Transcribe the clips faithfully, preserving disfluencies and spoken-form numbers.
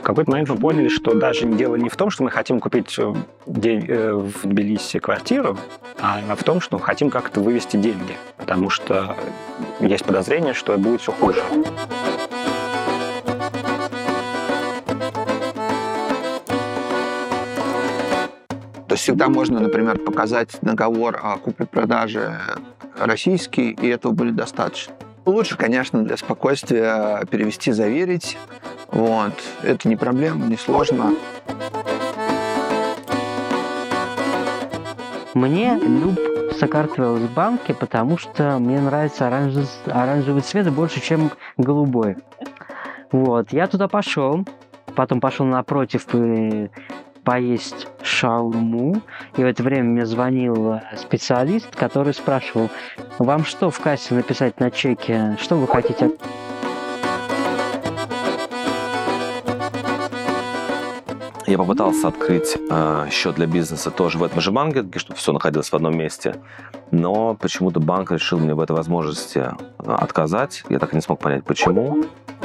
какой-то момент мы поняли, что даже дело не в том, что мы хотим купить день, э, в Тбилиси квартиру, а в том, что хотим как-то вывести деньги, потому что есть подозрение, что будет все хуже. То есть всегда можно, например, показать договор о купле-продаже российский, и этого будет достаточно. Лучше, конечно, для спокойствия перевести, заверить. Вот. Это не проблема, не сложно. Мне люб сокартвелл в банке, потому что мне нравится оранжевый, оранжевый цвет больше, чем голубой. Вот. Я туда пошел, потом пошел напротив и поесть шаурму. И в это время мне звонил специалист, который спрашивал: вам что в кассе написать на чеке? Что вы хотите? Я попытался открыть э, счет для бизнеса тоже в этом же банке, чтобы все находилось в одном месте. Но почему-то банк решил мне в этой возможности отказать. Я так и не смог понять, почему.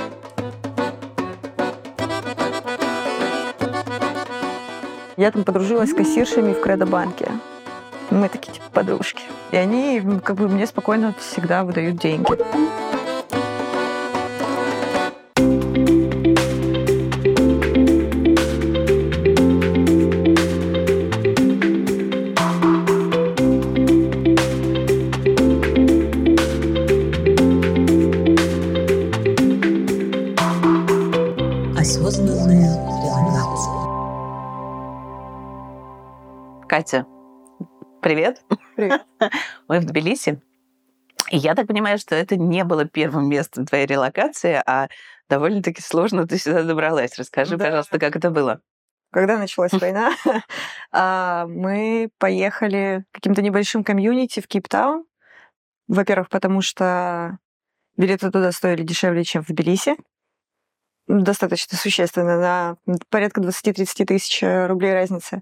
Я там подружилась с кассиршами в Кредо-банке. Мы такие, типа, подружки. И они, как бы, мне спокойно всегда выдают деньги. Осознанная релаксация. Катя, привет. Привет. Мы в Тбилиси. И я так понимаю, что это не было первым местом твоей релокации, а довольно-таки сложно ты сюда добралась. Расскажи, Да. пожалуйста, как это было. Когда началась война, мы поехали каким-то небольшим комьюнити в Кейптаун. Во-первых, потому что билеты туда стоили дешевле, чем в Тбилиси. Достаточно существенно, на порядка двадцать-тридцать тысяч рублей разница.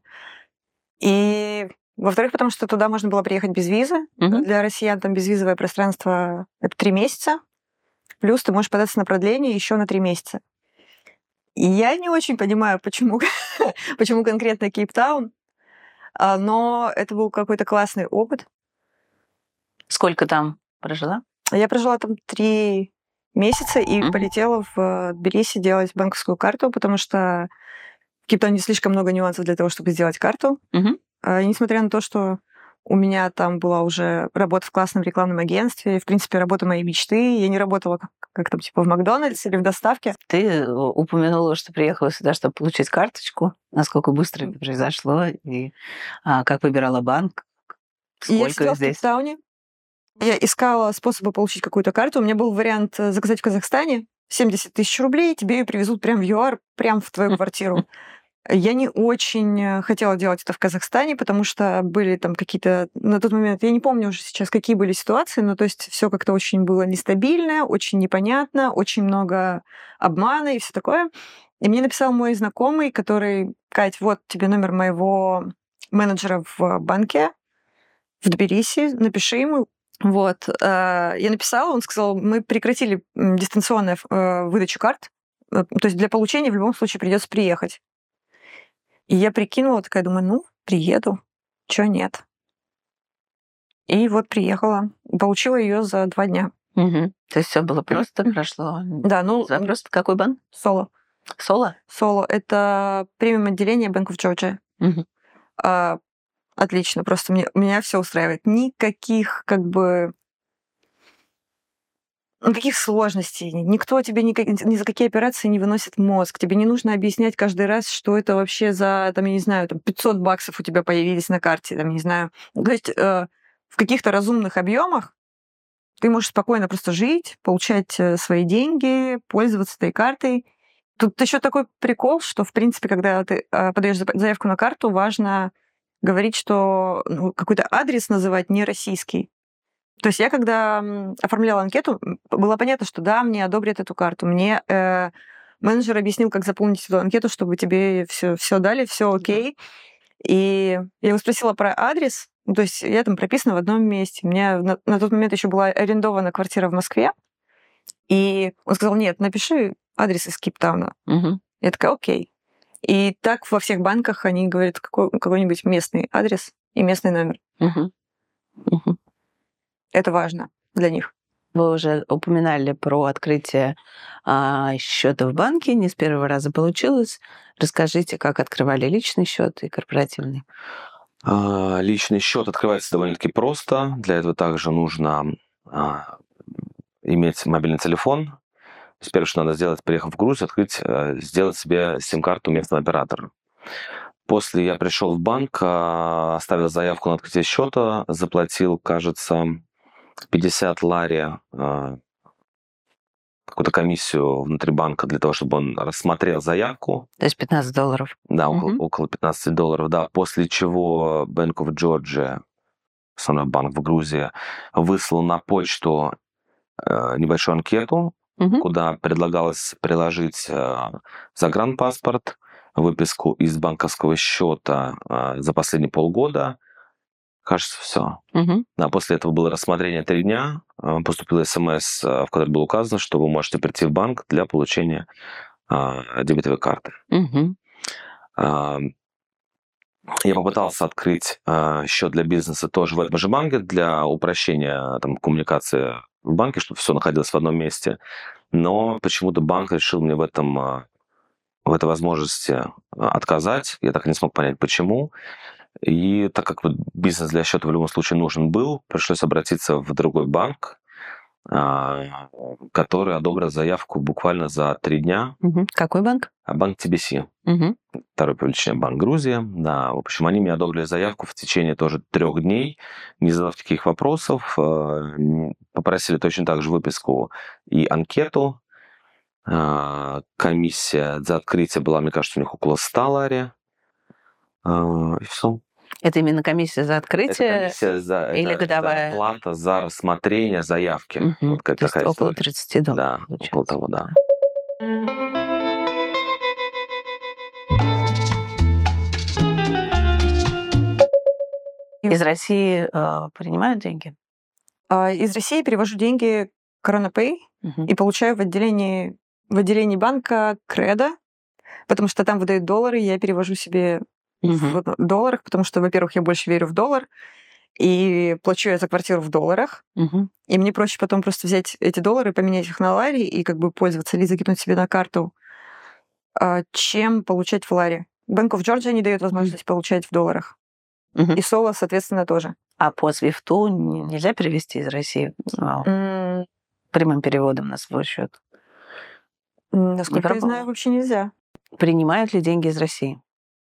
И, во-вторых, потому что туда можно было приехать без визы. Мгм. Для россиян там безвизовое пространство — это три месяца. Плюс ты можешь податься на продление еще на три месяца. И я не очень понимаю, почему, почему конкретно Кейптаун, а, но это был какой-то классный опыт. Сколько там прожила? Я прожила там три месяца и Мгм. полетела в Тбилиси делать банковскую карту, потому что в Кейптауне слишком много нюансов для того, чтобы сделать карту. Мгм. А, И несмотря на то, что у меня там была уже работа в классном рекламном агентстве, в принципе, работа моей мечты, я не работала как, как там, типа, в Макдональдсе или в доставке. Ты э, упомянула, что приехала сюда, чтобы получить карточку. Насколько быстро это произошло? И а, как выбирала банк? И я Сколько сидела в здесь? Кейптауне. Я искала способы получить какую-то карту. У меня был вариант э, заказать в Казахстане семьдесят тысяч рублей, тебе ее привезут прям в ЮАР, прям в твою квартиру. Я не очень э, хотела делать это в Казахстане, потому что были там какие-то... На тот момент, я не помню уже сейчас, какие были ситуации, но то есть все как-то очень было нестабильно, очень непонятно, очень много обмана и все такое. И мне написал мой знакомый, который: Кать, вот тебе номер моего менеджера в банке в Тбилиси, напиши ему. Вот. э, Я написала, он сказал: мы прекратили м, дистанционную э, выдачу карт, э, то есть для получения в любом случае придется приехать. И я прикинула, такая, думаю, ну, приеду, чё нет. И вот приехала, получила ее за два дня. Мгм. То есть все было просто, прошло. Да, ну, За просто какой банк? соло. Соло? Соло — это премиум отделение Bank of Georgia. Мгм. А, Отлично, просто мне, меня все устраивает. Никаких, как бы, никаких сложностей. Никто тебе ни, ни за какие операции не выносит мозг. Тебе не нужно объяснять каждый раз, что это вообще за, там, я не знаю, там, пятьсот баксов у тебя появились на карте, там, не знаю. То есть э, в каких-то разумных объемах ты можешь спокойно просто жить, получать э, свои деньги, пользоваться этой картой. Тут еще такой прикол, что, в принципе, когда ты э, подаешь зап- заявку на карту, важно говорить, что ну, какой-то адрес называть не российский. То есть я, когда м, оформляла анкету, м, было понятно, что да, мне одобрят эту карту. Мне э, менеджер объяснил, как заполнить эту анкету, чтобы тебе все, все дали, все окей. И я его спросила про адрес. Ну, то есть я там прописана в одном месте. У меня на, на тот момент еще была арендована квартира в Москве. И он сказал: нет, напиши адрес из Кейптауна. Мгм. Я такая, окей. И так во всех банках они говорят какой, какой-нибудь местный адрес и местный номер. Мгм. Мгм. Это важно для них. Вы уже упоминали про открытие а, счета в банке. Не с первого раза получилось. Расскажите, как открывали личный счет и корпоративный. А, Личный счет открывается довольно-таки просто. Для этого также нужно а, иметь мобильный телефон. То есть первое, что надо сделать, приехав в Грузию, открыть, э, сделать себе сим-карту местного оператора. После я пришел в банк, а, оставил заявку на открытие счета, заплатил, кажется, пятьдесят лари, а, какую-то комиссию внутри банка для того, чтобы он рассмотрел заявку. То есть пятнадцать долларов. Да, около, Мгм. около пятнадцать долларов, да. После чего Bank of Georgia, основной банк в Грузии, выслал на почту э, небольшую анкету, Мгм. куда предлагалось приложить э, загранпаспорт, выписку из банковского счета э, за последние полгода. Кажется, все. Мгм. Да, после этого было рассмотрение три дня. Э, Поступил смс, э, в котором было указано, что вы можете прийти в банк для получения э, дебетовой карты. Мгм. А, Я попытался открыть э, счет для бизнеса тоже в этом же банке для упрощения там, коммуникации в банке, чтобы все находилось в одном месте. Но почему-то банк решил мне в этом э, в этой возможности э, отказать. Я так и не смог понять, почему. И так как вот бизнес для счета в любом случае нужен был, пришлось обратиться в другой банк, а, который одобрил заявку буквально за три дня. Мгм. Какой банк? А банк ти би си, Мгм. второй по величине банк Грузии. Да, в общем, они мне одобрили заявку в течение тоже трех дней, не задав таких вопросов. э, м, Попросили точно так же выписку и анкету. А, Комиссия за открытие была, мне кажется, у них около ста лари. А, И все. Это именно комиссия за Это открытие? комиссия за, или это, годовая? это плата за рассмотрение заявки. Мгм. Вот какая-то То есть такая около история. тридцать долларов. Да, получается. около того, да. Из России э, принимают деньги? А, Из России перевожу деньги CoronaPay Мгм. и получаю в отделении, в отделении банка Кредо, потому что там выдают доллары, я перевожу себе Мгм. в долларах, потому что, во-первых, я больше верю в доллар, и плачу я за квартиру в долларах, Мгм. и мне проще потом просто взять эти доллары, поменять их на лари и как бы пользоваться или закинуть себе на карту, а, чем получать в лари. Bank of Georgia не дает возможность получать в долларах. Мгм. И Соло, соответственно, тоже. А по свифту н- нельзя перевести из России а, М, прямым переводом на свой счет? м, Насколько я пробовала. знаю, вообще нельзя. Принимают ли деньги из России?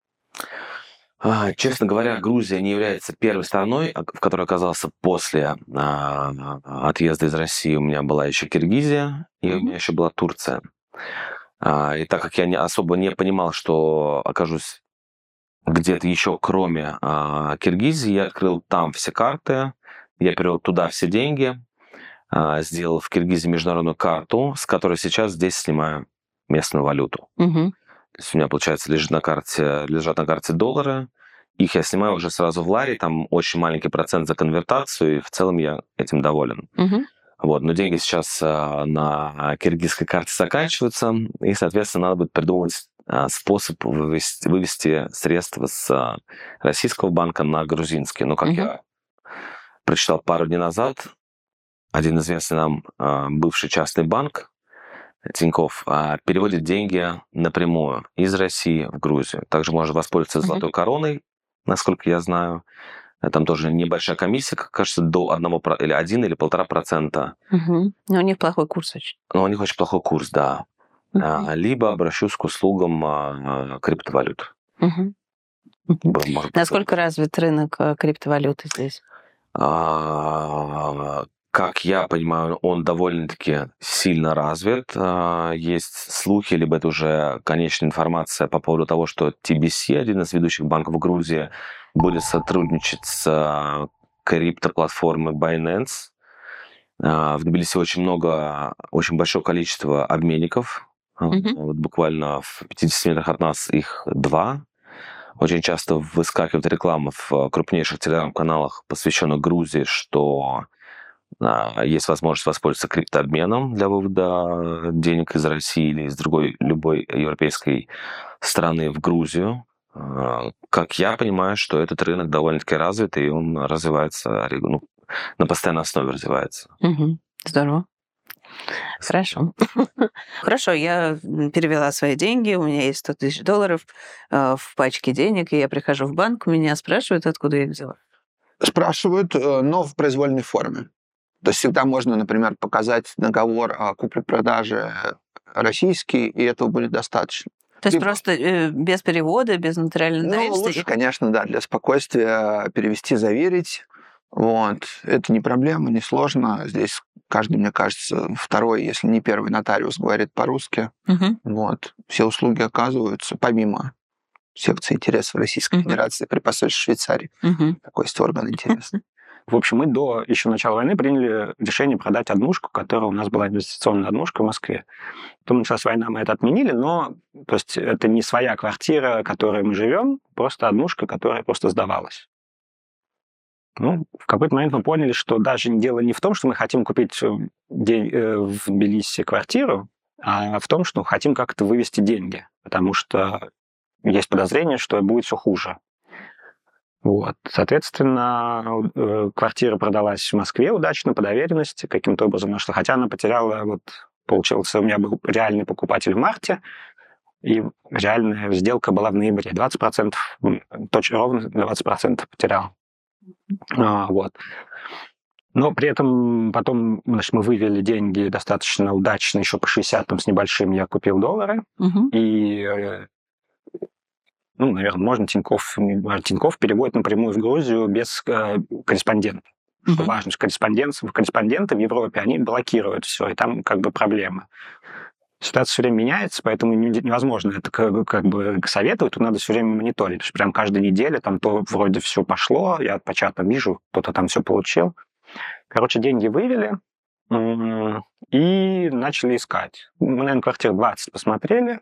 А, Честно говоря, Грузия не является первой страной, а, в которой оказался после а, отъезда из России. У меня была еще Киргизия, и у Мгм. меня еще была Турция. А, И так как я не, особо не понимал, что окажусь где-то еще, кроме а, Киргизии, я открыл там все карты, я перевел туда все деньги, а, сделал в Киргизии международную карту, с которой сейчас здесь снимаю местную валюту. Мгм. То есть у меня, получается, лежит на карте, лежат на карте доллары. Их я снимаю уже сразу в лари, там очень маленький процент за конвертацию, и в целом я этим доволен. Мгм. Вот, но деньги сейчас а, на киргизской карте заканчиваются, и, соответственно, надо будет придумать а, способ вывести, вывести средства с а, российского банка на грузинский. Но, как Мгм. я прочитал пару дней назад, один известный нам а, бывший частный банк, Тинькофф, а, переводит деньги напрямую из России в Грузию. Также можно воспользоваться Мгм. золотой короной, насколько я знаю. Там тоже небольшая комиссия, как кажется, до одного про- или один или полтора процента. Мгм. Но у них плохой курс очень. Но у них очень плохой курс, да. Мгм. А, Либо обращусь к услугам а, а, криптовалют. Мгм. Мгм. Было, может быть, Насколько развит рынок э, криптовалюты здесь? А, Как я понимаю, он довольно-таки сильно развит. А, Есть слухи, либо это уже конечная информация по поводу того, что ти би си, один из ведущих банков в Грузии, будет сотрудничать с а, криптоплатформой Binance. А, В Тбилиси очень много, очень большое количество обменников. А, Мгм. Вот буквально в пятидесяти метрах от нас их два. Очень часто выскакивает реклама в крупнейших телеграм-каналах, посвященных Грузии, что А, Есть возможность воспользоваться криптообменом для вывода денег из России или из другой любой европейской страны в Грузию. А, Как я понимаю, что этот рынок довольно-таки развит, и он развивается, регу- ну, на постоянной основе развивается. Мгм. Здорово. Хорошо. Хорошо, я м, перевела свои деньги, у меня есть сто тысяч долларов э, в пачке денег, и я прихожу в банк, меня спрашивают, откуда я их взяла. Спрашивают, э, но в произвольной форме. То есть всегда можно, например, показать договор о купле-продаже российский, и этого будет достаточно. То есть Либо- просто э, без перевода, без нотариального Ну, доверенности? лучше, конечно, да, для спокойствия перевести, заверить. Вот. Это не проблема, не сложно. Здесь каждый, мне кажется, второй, если не первый нотариус говорит по-русски. Мгм. Вот. Все услуги оказываются, помимо секции интересов Российской Мгм. Федерации при посольстве Швейцарии. Мгм. Такой есть орган интересный. В общем, мы до еще начала войны приняли решение продать однушку, которая у нас была инвестиционная однушка в Москве. Потом началась война, мы это отменили, но то есть это не своя квартира, в которой мы живем, просто однушка, которая просто сдавалась. Ну, в какой-то момент мы поняли, что даже дело не в том, что мы хотим купить э, день- э, в Тбилиси квартиру, а в том, что хотим как-то вывести деньги, потому что есть подозрение, что будет все хуже. Вот. Соответственно, э, квартира продалась в Москве удачно, по доверенности, каким-то образом нашла. Хотя она потеряла, вот, получился, у меня был реальный покупатель в марте, и реальная сделка была в ноябре. двадцать процентов, м, точно ровно двадцать процентов потерял. А, вот. Но при этом потом, значит, мы вывели деньги достаточно удачно, еще по шестьдесят там, с небольшим я купил доллары, Мгм. и э, ну, наверное, можно Тинькофф, Тинькофф переводит напрямую в Грузию без э, корреспондента. Что Мгм. важно, что корреспонденты, корреспонденты в Европе, они блокируют все, и там как бы проблема. Ситуация все время меняется, поэтому не- невозможно это как, как бы советовать, тут надо все время мониторить. Потому что прям каждую неделю там то вроде все пошло, я по чатам вижу, кто-то там все получил. Короче, деньги вывели м, и начали искать. Мы, наверное, квартир двадцать посмотрели.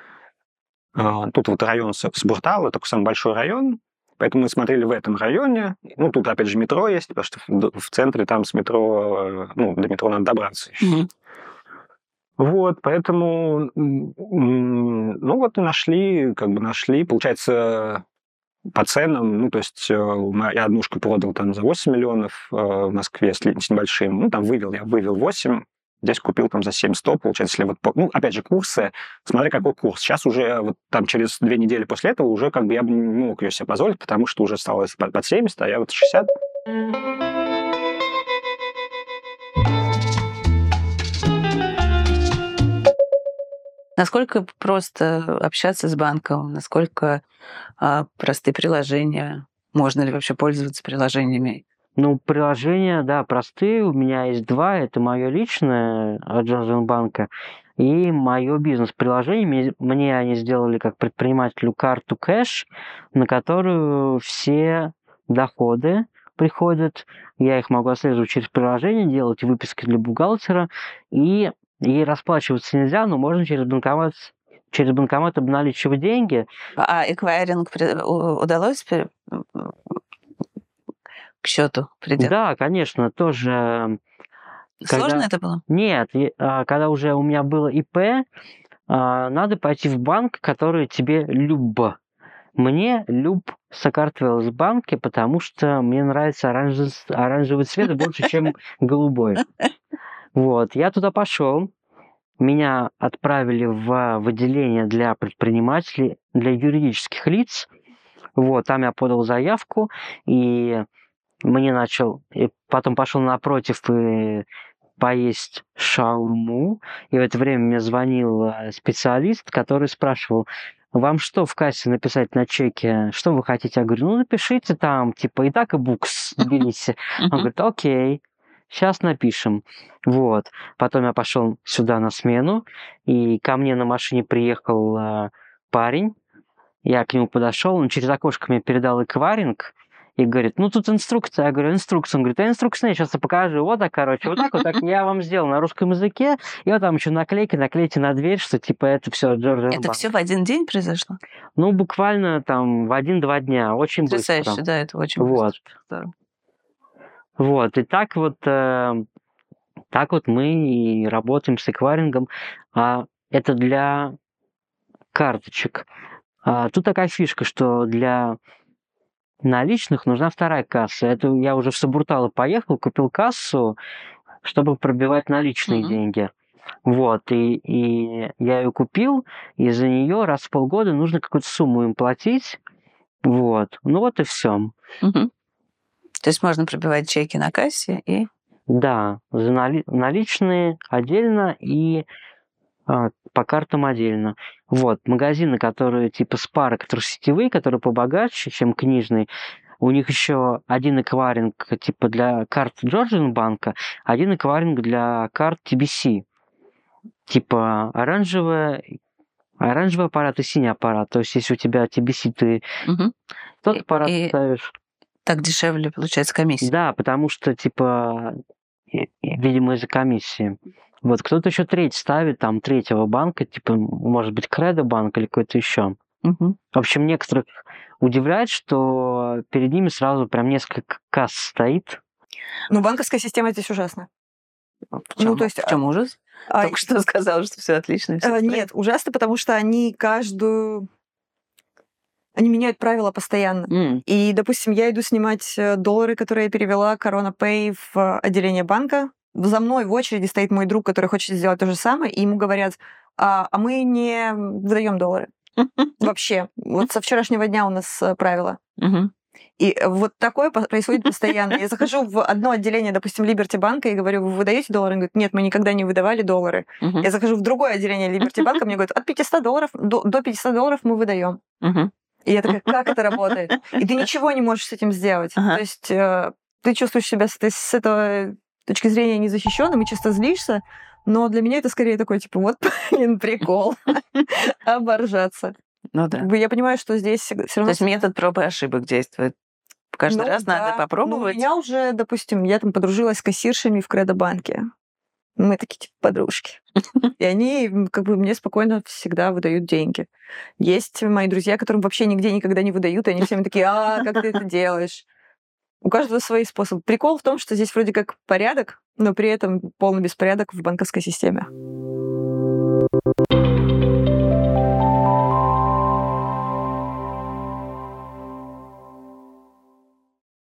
А, Тут вот район С- Сбуртал, это такой самый большой район, поэтому мы смотрели в этом районе. Ну, тут, опять же, метро есть, потому что в в центре там с метро, э, ну, до метро надо добраться еще. Мгм. Вот, поэтому, м, м, ну, вот и нашли, как бы нашли, получается, по ценам, ну, то есть э, мо- я однушку продал там за восемь миллионов э, в Москве с ли- с небольшим, ну, там вывел, я вывел восемь, здесь купил там за семь сто, получается, если вот, по- ну, опять же, курсы, смотря какой курс. Сейчас уже вот там через две недели после этого уже как бы я бы не мог ее себе позволить, потому что уже стало под под семьдесят, а я вот шестьдесят. Насколько просто общаться с банком? Насколько а, простые приложения? Можно ли вообще пользоваться приложениями? Ну, приложения, да, простые. У меня есть два. Это мое личное от Джонсонбанка и мое бизнес-приложение. Мне, мне они сделали как предпринимателю карту кэш, на которую все доходы приходят. Я их могу отслеживать через приложение, делать выписки для бухгалтера. И ей расплачиваться нельзя, но можно через банкомат через банкомат обналичивать деньги. А эквайринг при- у- удалось при- к счету придя? Да, конечно, тоже. Сложно Когда- это было? Нет, и, а, когда уже у меня было ИП, а, надо пойти в банк, который тебе люб. Мне люб Сакартвелл в банке, потому что мне нравится оранжевый, оранжевый цвет больше, чем голубой. Вот, я туда пошел, меня отправили в, в отделение для предпринимателей, для юридических лиц. Вот, там я подал заявку, и мне начал, и потом пошел напротив и поесть шаурму. И в это время мне звонил э, специалист, который спрашивал: вам что в кассе написать на чеке? Что вы хотите? Я говорю, ну напишите там, типа, и так и букс берите. Он Мгм. говорит, окей, сейчас напишем. Вот. Потом я пошел сюда на смену, и ко мне на машине приехал э, парень. Я к нему подошел, он через окошко мне передал эквайринг и говорит, ну тут инструкция. Я говорю, инструкция. Он говорит, а инструкция, я сейчас покажу. Вот так, короче, вот так вот так я вам сделал на русском языке. И вот там еще наклейки, наклейте на дверь, что типа это все Джорджия Это Банк. все в один день произошло? Ну, буквально там в один-два дня, очень Потрясающе, быстро. да, это очень Вот. быстро. Здорово. Вот, и так вот, э, так вот мы и работаем с эквайрингом. А это для карточек. А тут такая фишка, что для наличных нужна вторая касса. Это я уже в Сабуртало поехал, купил кассу, чтобы пробивать наличные Мгм. деньги. Вот, и, и я ее купил, и за нее раз в полгода нужно какую-то сумму им платить. Вот, ну вот и все. Мгм. То есть можно пробивать чеки на кассе и... Да, за нали- наличные отдельно и а, по картам отдельно. Вот, магазины, которые типа Спара, которые сетевые, которые побогаче, чем книжные, у них еще один эквайринг типа для карт Georgian банка, один эквайринг для карт ти би си. Типа оранжевая, оранжевый аппарат и синий аппарат. То есть, если у тебя ти би си, ты Мгм. тот И- аппарат и- ставишь. Так дешевле получается комиссия. Да, потому что, типа, и- и, видимо, из-за комиссии. Вот кто-то еще треть ставит, там, третьего банка, типа, может быть, Кредо банк или какой-то еще. Мгм. В общем, некоторых удивляет, что перед ними сразу прям несколько касс стоит. Ну, банковская система здесь ужасна. В чем, Ну, то есть, в чем ужас? А, Только что сказала, что все отлично. всё а, в порядке. нет, ужасно, потому что они каждую... Они меняют правила постоянно. М, И, допустим, я иду снимать э, доллары, которые я перевела Corona Pay в э, отделение банка. За мной в очереди стоит мой друг, который хочет сделать то же самое, и ему говорят, а, а мы не выдаем доллары. Вообще. Вот со вчерашнего дня у нас э, правила. мгм. И э, вот такое по- происходит постоянно. Я захожу в одно отделение, допустим, Liberty банка и говорю, вы выдаете доллары? Он говорит, нет, мы никогда не выдавали доллары. Мгм. Я захожу в другое отделение Liberty банка, мне говорят, от пятисот долларов до, до пятисот долларов мы выдаем. Мгм. И я такая, как это работает? И ты ничего не можешь с этим сделать. Ага. То есть э, ты чувствуешь себя с, этой- с этого точки зрения незащищенным и часто злишься, но для меня это скорее такой, типа, вот, блин, прикол. Оборжаться. Ну да. Как бы я понимаю, что здесь все То равно... есть метод пробы и ошибок действует. Каждый Ну раз да. надо Ну, попробовать. у меня уже, допустим, я там подружилась с кассиршами в Кредо-банке. Мы такие, типа, подружки. И они м, как бы мне спокойно всегда выдают деньги. Есть мои друзья, которым вообще нигде никогда не выдают, и они всем такие, а, как ты это делаешь? У каждого свои способы. Прикол в том, что здесь вроде как порядок, но при этом полный беспорядок в банковской системе.